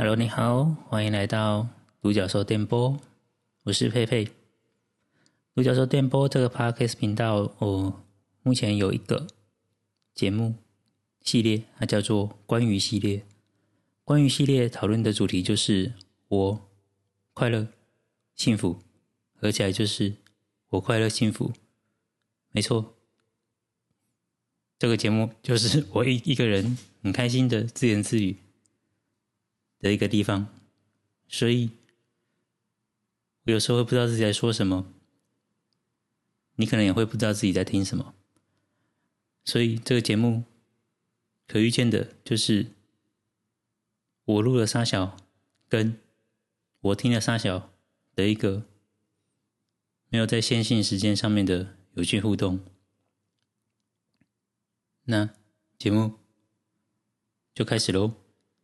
Hello， 你好，欢迎来到独角兽电波，我是佩佩。独角兽电波这个 Podcast 频道，我目前有一个节目系列，它叫做关于系列。关于系列讨论的主题就是我快乐、幸福，合起来就是我快乐、幸福。没错，这个节目就是我一个人很开心的自言自语的一个地方，所以我有时候会不知道自己在说什么，你可能也会不知道自己在听什么，所以这个节目可预见的就是我录了沙小跟我听了沙小的一个没有在线性时间上面的有趣互动。那节目就开始咯。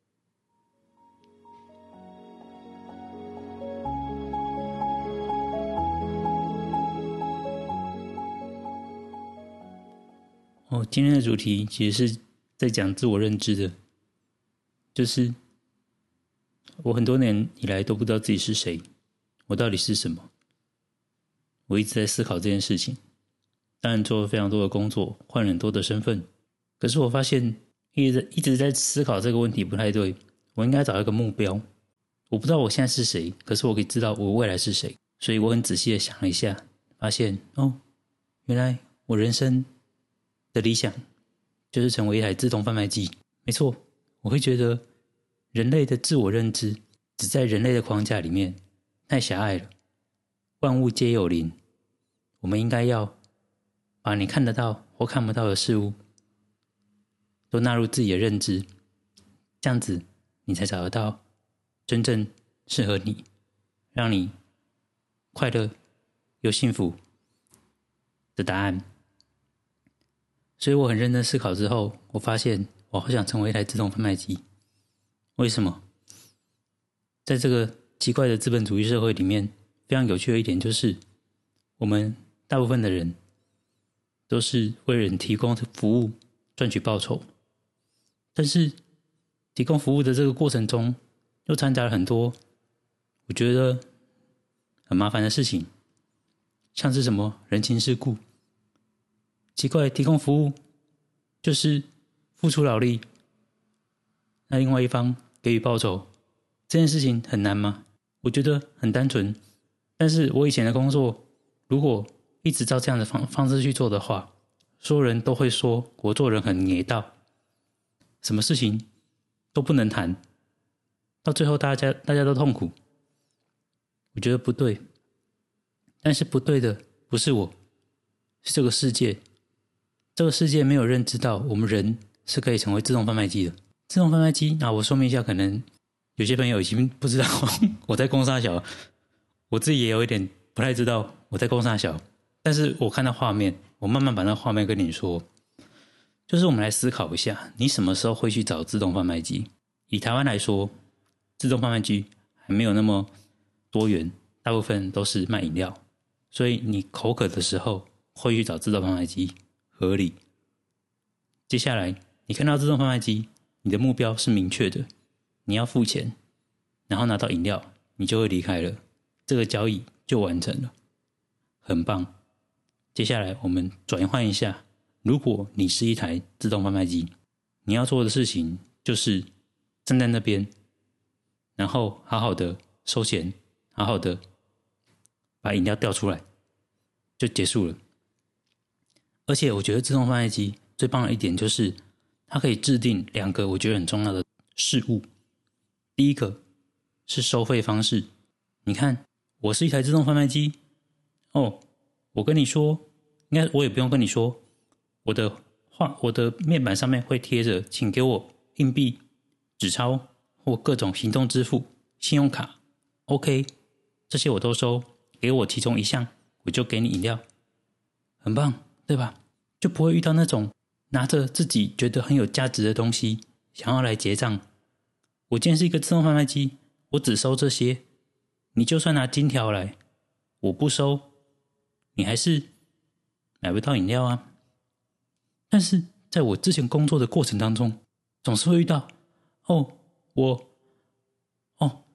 今天的主题其实是在讲自我认知的，就是我很多年以来都不知道自己是谁，我到底是什么。我一直在思考这件事情，当然做了非常多的工作，换了很多的身份，可是我发现一直在思考这个问题不太对，我应该找一个目标。我不知道我现在是谁，可是我可以知道我未来是谁，所以我很仔细的想了一下，发现原来我人生的理想就是成为一台自动贩卖机。没错，我会觉得人类的自我认知只在人类的框架里面太狭隘了，万物皆有灵，我们应该要把你看得到或看不到的事物都纳入自己的认知，这样子你才找得到真正适合你，让你快乐又幸福的答案。所以我很认真思考之后，我发现我好想成为一台自动贩卖机。为什么？在这个奇怪的资本主义社会里面，非常有趣的一点就是，我们大部分的人都是为人提供服务赚取报酬，但是提供服务的这个过程中，又掺杂了很多我觉得很麻烦的事情，像是什么人情世故。奇怪，提供服务就是付出劳力，那另外一方给予报酬，这件事情很难吗？我觉得很单纯，但是我以前的工作如果一直照这样的方式去做的话，所有人都会说我做人很野道，什么事情都不能谈，到最后大家都痛苦。我觉得不对，但是不对的不是我，是这个世界。这个世界没有认知到我们人是可以成为自动贩卖机的。自动贩卖机，我说明一下，可能有些朋友已经不知道我在攻杀小，我自己也有一点不太知道我在攻杀小，但是我看到画面，我慢慢把那画面跟你说。就是我们来思考一下，你什么时候会去找自动贩卖机？以台湾来说，自动贩卖机还没有那么多元，大部分都是卖饮料，所以你口渴的时候会去找自动贩卖机，合理。接下来你看到自动贩卖机，你的目标是明确的，你要付钱，然后拿到饮料，你就会离开了，这个交易就完成了，很棒。接下来我们转换一下，如果你是一台自动贩卖机，你要做的事情就是站在那边，然后好好的收钱，好好的把饮料调出来，就结束了。而且我觉得自动贩卖机最棒的一点就是它可以制定两个我觉得很重要的事物。第一个是收费方式，你看我是一台自动贩卖机，我跟你说，应该我也不用跟你说，我的面板上面会贴着请给我硬币、纸钞或各种行动支付、信用卡 OK， 这些我都收，给我其中一项我就给你饮料，很棒对吧？就不会遇到那种拿着自己觉得很有价值的东西想要来结账。我今天是一个自动贩卖机，我只收这些，你就算拿金条来，我不收，你还是买不到饮料啊。但是在我之前工作的过程当中，总是会遇到我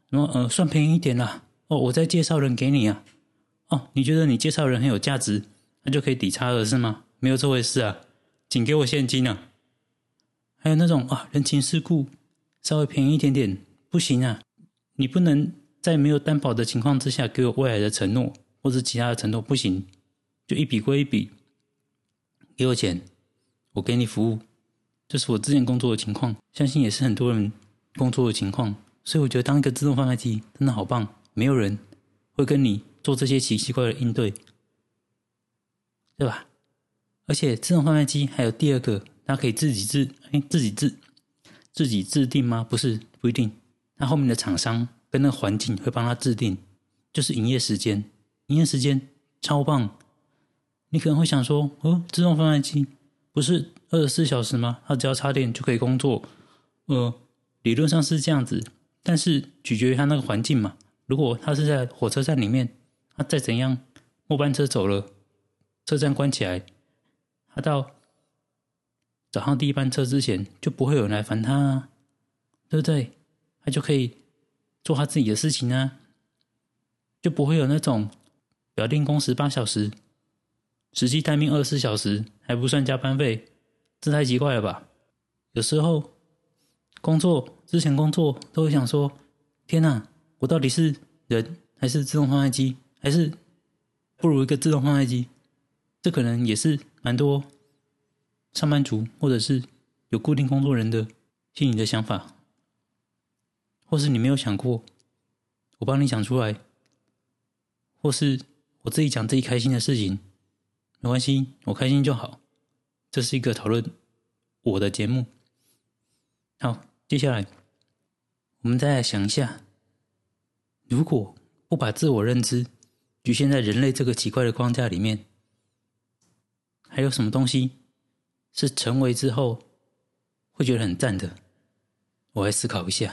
算便宜一点啦，我再介绍人给你啊，你觉得你介绍人很有价值，那就可以抵差额是吗？没有这回事啊，请给我现金啊。还有那种人情世故稍微便宜一点点不行啊，你不能在没有担保的情况之下给我未来的承诺或是其他的承诺，不行，就一笔归一笔，给我钱，我给你服务。这是我之前工作的情况，相信也是很多人工作的情况，所以我觉得当一个自动贩卖机真的好棒，没有人会跟你做这些奇奇怪怪的应对，对吧？而且自动贩卖机还有第二个，它可以自己制定吗？不是，不一定。它后面的厂商跟那个环境会帮它制定，就是营业时间。营业时间超棒。你可能会想说，自动贩卖机不是24小时吗？它只要插电就可以工作。理论上是这样子，但是取决于它那个环境嘛。如果它是在火车站里面，它再怎样，末班车走了，车站关起来，它到早上第一班车之前就不会有人来烦他啊，对不对？他就可以做他自己的事情啊，就不会有那种表定工时8小时，实际待命24小时还不算加班费，这太奇怪了吧？有时候之前工作都会想说，天哪，我到底是人还是自动贩卖机，还是不如一个自动贩卖机？这可能也是蛮多上班族或者是有固定工作人的心里的想法，或是你没有想过，我帮你讲出来，或是我自己讲自己开心的事情，没关系，我开心就好。这是一个讨论我的节目。好，接下来我们再来想一下，如果不把自我认知局限在人类这个奇怪的框架里面，还有什么东西是成为之后会觉得很赞的？我来思考一下。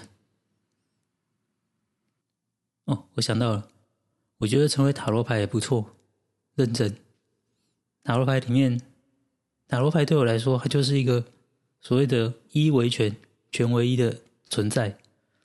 我想到了，我觉得成为塔罗牌也不错，认真。塔罗牌里面，塔罗牌对我来说，它就是一个所谓的一为全，全为一的存在。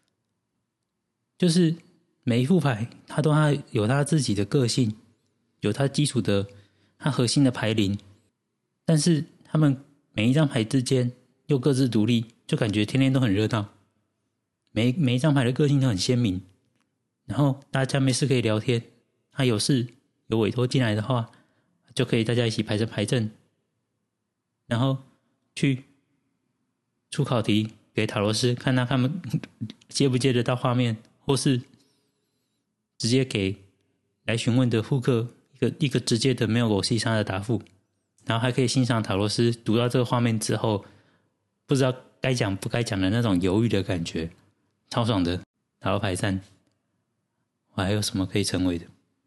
就是每一副牌，它都有它自己的个性，有它基础的、它核心的牌灵，但是他们每一张牌之间又各自独立，就感觉天天都很热闹。每一张牌的个性都很鲜明，然后大家没事可以聊天，有事有委托进来的话，就可以大家一起排成牌阵，然后去出考题给塔罗师看他们接不接得到画面，或是直接给来询问的顾客一个直接的没有狗细沙的答复，然后还可以欣赏塔罗师读到这个画面之后不知道该讲不该讲的那种犹豫的感觉，超爽的。塔罗牌战我还有什么可以成为的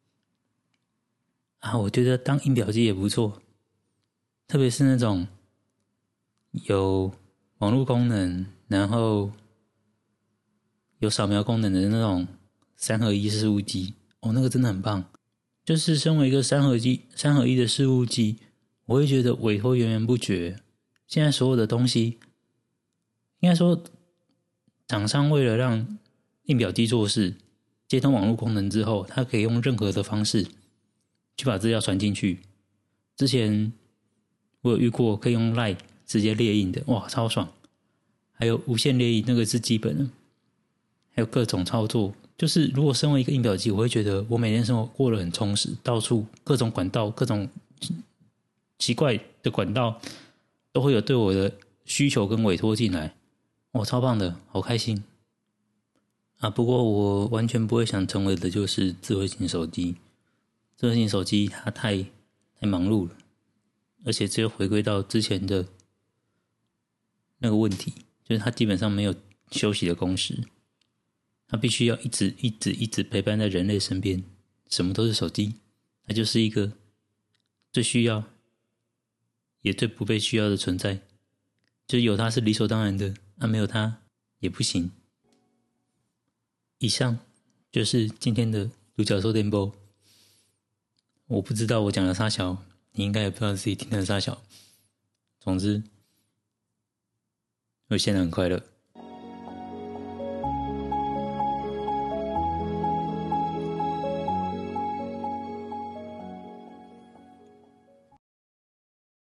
我觉得当印表机也不错，特别是那种有网络功能然后有扫描功能的那种3合1事务机，那个真的很棒。就是身为一个3合1的事务机，我会觉得委托源源不绝。现在所有的东西，应该说厂商为了让印表机做事，接通网络功能之后，它可以用任何的方式去把资料传进去。之前我有遇过可以用 LINE 直接列印的，哇，超爽。还有无线列印，那个是基本的，还有各种操作。就是如果身为一个印表机，我会觉得我每天生活过得很充实，到处各种管道，各种奇怪的管道都会有对我的需求跟委托进来，超棒的，好开心不过我完全不会想成为的就是智慧型手机。智慧型手机它太忙碌了，而且只有回归到之前的那个问题，就是它基本上没有休息的工时，它必须要一直陪伴在人类身边，什么都是手机，它就是一个最需要也最不被需要的存在，就是有它是理所当然的，没有它也不行。以上就是今天的独角兽电波。我不知道我讲的啥小，你应该也不知道自己听的啥小。总之，我现在很快乐。